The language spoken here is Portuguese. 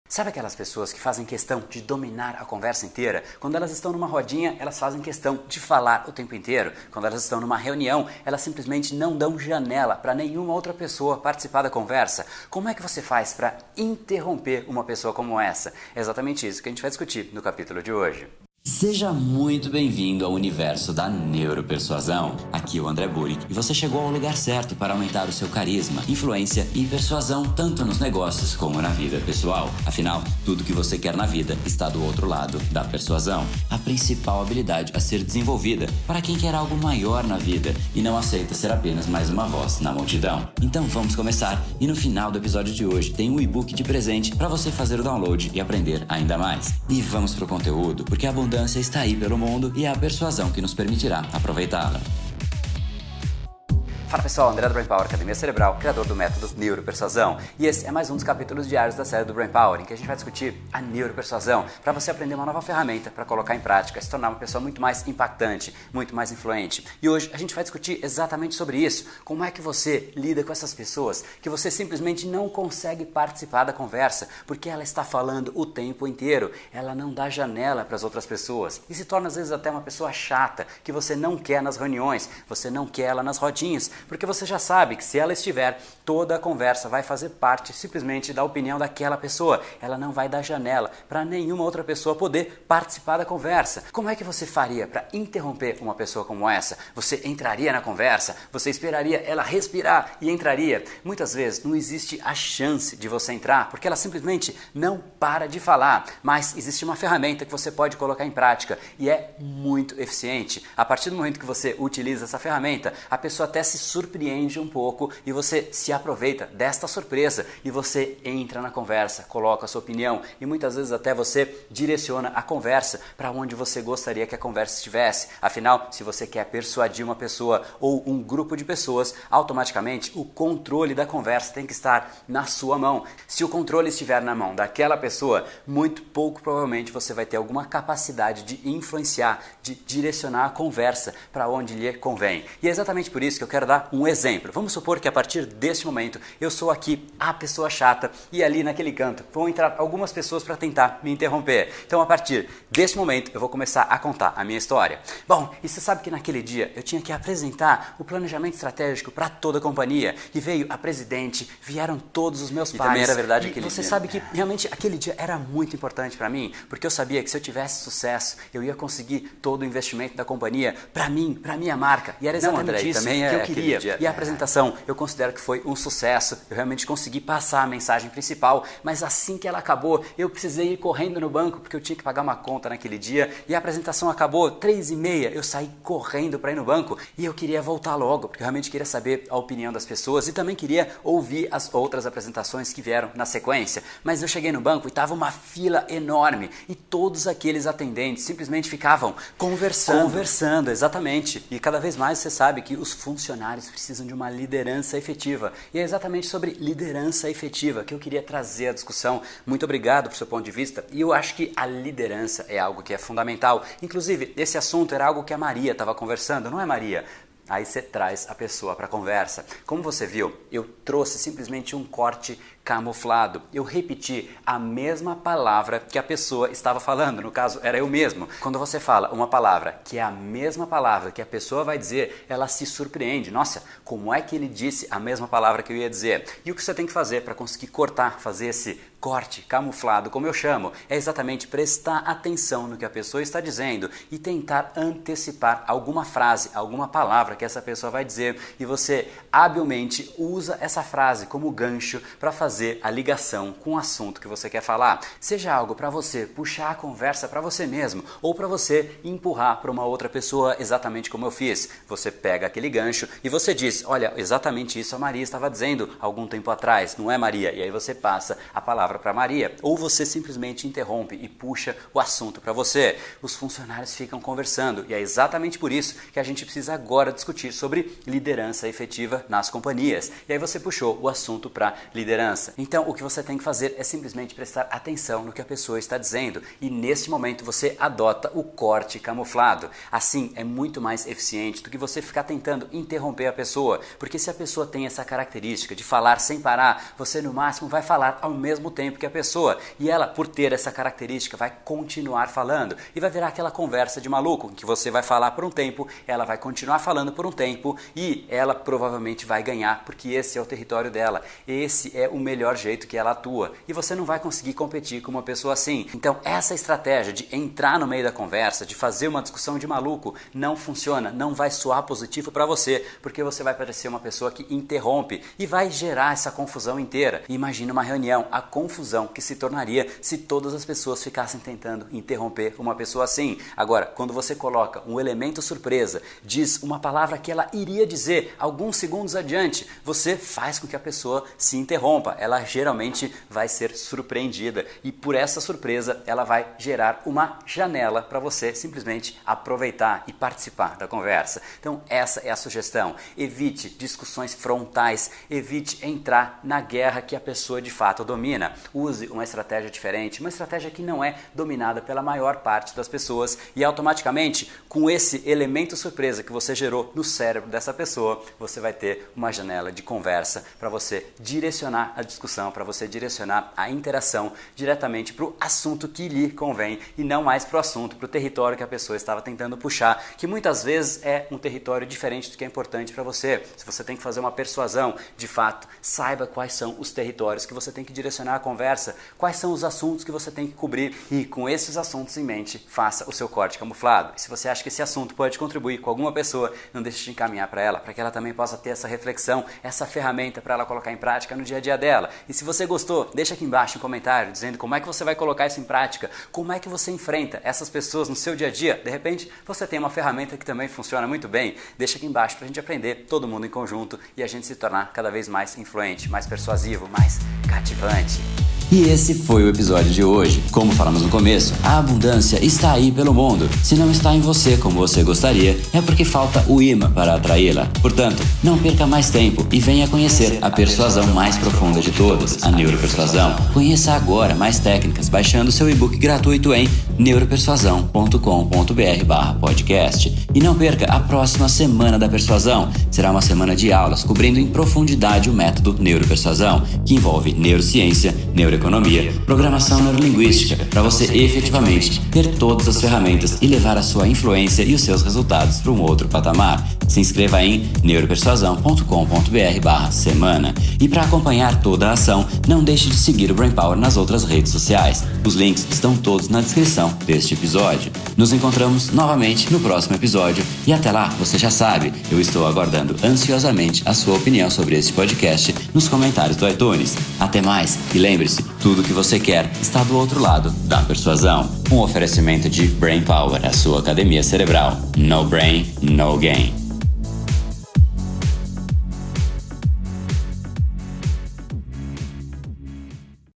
Sabe aquelas pessoas que fazem questão de dominar a conversa inteira? Quando elas estão numa rodinha, elas fazem questão de falar o tempo inteiro. Quando elas estão numa reunião, elas simplesmente não dão janela para nenhuma outra pessoa participar da conversa. Como é que você faz para interromper uma pessoa como essa? É exatamente isso que a gente vai discutir no capítulo de hoje. Seja muito bem-vindo ao universo da neuropersuasão. Aqui é o André Burick e você chegou ao lugar certo para aumentar o seu carisma, influência e persuasão tanto nos negócios como na vida pessoal. Afinal, tudo que você quer na vida está do outro lado da persuasão, a principal habilidade a ser desenvolvida para quem quer algo maior na vida e não aceita ser apenas mais uma voz na multidão. Então vamos começar e no final do episódio de hoje tem um e-book de presente para você fazer o download e aprender ainda mais. E vamos pro conteúdo, porque a abundância está aí pelo mundo e é a persuasão que nos permitirá aproveitá-la. Fala pessoal, André do Brain Power, Academia Cerebral, criador do método Neuropersuasão. E esse é mais um dos capítulos diários da série do Brain Power, em que a gente vai discutir a neuropersuasão, para você aprender uma nova ferramenta para colocar em prática, se tornar uma pessoa muito mais impactante, muito mais influente. E hoje a gente vai discutir exatamente sobre isso. Como é que você lida com essas pessoas que você simplesmente não consegue participar da conversa, porque ela está falando o tempo inteiro, ela não dá janela para as outras pessoas e se torna às vezes até uma pessoa chata, que você não quer nas reuniões, você não quer ela nas rodinhas, porque você já sabe que se ela estiver, toda a conversa vai fazer parte simplesmente da opinião daquela pessoa. Ela não vai dar janela para nenhuma outra pessoa poder participar da conversa. Como é que você faria para interromper uma pessoa como essa? Você entraria na conversa? Você esperaria ela respirar e entraria? Muitas vezes não existe a chance de você entrar, porque ela simplesmente não para de falar. Mas existe uma ferramenta que você pode colocar em prática e é muito eficiente. A partir do momento que você utiliza essa ferramenta, a pessoa até se surpreende um pouco e você se aproveita desta surpresa e você entra na conversa, coloca a sua opinião e muitas vezes até você direciona a conversa para onde você gostaria que a conversa estivesse. Afinal, se você quer persuadir uma pessoa ou um grupo de pessoas, automaticamente o controle da conversa tem que estar na sua mão. Se o controle estiver na mão daquela pessoa, muito pouco provavelmente você vai ter alguma capacidade de influenciar, de direcionar a conversa para onde lhe convém. E é exatamente por isso que eu quero dar um exemplo. Vamos supor que a partir deste momento eu sou aqui a pessoa chata e ali naquele canto vão entrar algumas pessoas para tentar me interromper. Então a partir deste momento eu vou começar a contar a minha história. Bom, e você sabe que naquele dia eu tinha que apresentar o planejamento estratégico para toda a companhia e veio a presidente, vieram todos os meus pais. Também era verdade e aquele você dia. sabe que realmente aquele dia era muito importante para mim, porque eu sabia que se eu tivesse sucesso, eu ia conseguir todo o investimento da companhia para mim, para minha marca. E era exatamente André, isso também que eu queria. E a apresentação, eu considero que foi um sucesso. Eu realmente consegui passar a mensagem principal, mas assim que ela acabou, eu precisei ir correndo no banco, porque eu tinha que pagar uma conta naquele dia, e a apresentação acabou 3h30, eu saí correndo para ir no banco, e eu queria voltar logo, porque eu realmente queria saber a opinião das pessoas, e também queria ouvir as outras apresentações que vieram na sequência. Mas eu cheguei no banco e estava uma fila enorme, e todos aqueles atendentes simplesmente ficavam conversando, exatamente. E cada vez mais você sabe que os funcionários precisam de uma liderança efetiva. E é exatamente sobre liderança efetiva que eu queria trazer a discussão. Muito obrigado por seu ponto de vista. E eu acho que a liderança é algo que é fundamental. Inclusive, esse assunto era algo que a Maria estava conversando, não é, Maria? Aí você traz a pessoa para a conversa. Como você viu, eu trouxe simplesmente um corte camuflado. Eu repeti a mesma palavra que a pessoa estava falando, no caso era eu mesmo. Quando você fala uma palavra que é a mesma palavra que a pessoa vai dizer, ela se surpreende. Nossa, como é que ele disse a mesma palavra que eu ia dizer? E o que você tem que fazer para conseguir cortar, fazer esse corte camuflado, como eu chamo, é exatamente prestar atenção no que a pessoa está dizendo e tentar antecipar alguma frase, alguma palavra que essa pessoa vai dizer e você habilmente usa essa frase como gancho para fazer a ligação com o assunto que você quer falar. Seja algo para você puxar a conversa para você mesmo ou para você empurrar para uma outra pessoa, exatamente como eu fiz. Você pega aquele gancho e você diz, olha, exatamente isso a Maria estava dizendo algum tempo atrás, não é, Maria? E aí você passa a palavra para Maria, ou você simplesmente interrompe e puxa o assunto para você. Os funcionários ficam conversando e é exatamente por isso que a gente precisa agora discutir sobre liderança efetiva nas companhias. E aí você puxou o assunto para liderança. confiança. Então, o que você tem que fazer é simplesmente prestar atenção no que a pessoa está dizendo e neste momento você adota o corte camuflado. Assim, é muito mais eficiente do que você ficar tentando interromper a pessoa, porque se a pessoa tem essa característica de falar sem parar, você no máximo vai falar ao mesmo tempo que a pessoa e ela, por ter essa característica, vai continuar falando e vai virar aquela conversa de maluco, em que você vai falar por um tempo, ela vai continuar falando por um tempo e ela provavelmente vai ganhar, porque esse é o território dela, esse é o melhor jeito que ela atua e você não vai conseguir competir com uma pessoa assim. Então essa estratégia de entrar no meio da conversa, de fazer uma discussão de maluco, não funciona, não vai soar positivo para você, porque você vai parecer uma pessoa que interrompe e vai gerar essa confusão inteira. Imagina uma reunião, a confusão que se tornaria se todas as pessoas ficassem tentando interromper uma pessoa assim. Agora, quando você coloca um elemento surpresa, diz uma palavra que ela iria dizer alguns segundos adiante, você faz com que a pessoa se interrompa. Ela geralmente vai ser surpreendida e por essa surpresa ela vai gerar uma janela para você simplesmente aproveitar e participar da conversa. Então essa é a sugestão. Evite discussões frontais, evite entrar na guerra que a pessoa de fato domina. Use uma estratégia diferente, uma estratégia que não é dominada pela maior parte das pessoas e automaticamente, com esse elemento surpresa que você gerou no cérebro dessa pessoa, você vai ter uma janela de conversa para você direcionar a discussão, para você direcionar a interação diretamente para o assunto que lhe convém e não mais para o assunto, para o território que a pessoa estava tentando puxar, que muitas vezes é um território diferente do que é importante para você. Se você tem que fazer uma persuasão, de fato, saiba quais são os territórios que você tem que direcionar a conversa, quais são os assuntos que você tem que cobrir e com esses assuntos em mente, faça o seu corte camuflado. E se você acha que esse assunto pode contribuir com alguma pessoa, não deixe de encaminhar para ela, para que ela também possa ter essa reflexão, essa ferramenta para ela colocar em prática no dia a dia dela. E se você gostou, deixa aqui embaixo um comentário dizendo como é que você vai colocar isso em prática, como é que você enfrenta essas pessoas no seu dia a dia. De repente, você tem uma ferramenta que também funciona muito bem. Deixa aqui embaixo para a gente aprender, todo mundo em conjunto, e a gente se tornar cada vez mais influente, mais persuasivo, mais cativante. E esse foi o episódio de hoje. Como falamos no começo, a abundância está aí pelo mundo. Se não está em você como você gostaria, é porque falta o imã para atraí-la. Portanto, não perca mais tempo e venha conhecer a persuasão mais profunda de todas, a neuropersuasão. Conheça agora mais técnicas baixando seu e-book gratuito em neuropersuasão.com.br/podcast. E não perca a próxima Semana da Persuasão. Será uma semana de aulas cobrindo em profundidade o método neuropersuasão, que envolve neurociência, neuroeconomia, programação neurolinguística, para você efetivamente ter todas as ferramentas e levar a sua influência e os seus resultados para um outro patamar. Se inscreva em neuropersuasão.com.br/semana. E para acompanhar toda a ação, não deixe de seguir o Brain Power nas outras redes sociais. Os links estão todos na descrição deste episódio. Nos encontramos novamente no próximo episódio e até lá, você já sabe, eu estou aguardando ansiosamente a sua opinião sobre este podcast nos comentários do iTunes. Até mais e lembre-se, tudo o que você quer está do outro lado da persuasão. Um oferecimento de Brain Power, a sua academia cerebral. No brain, no gain.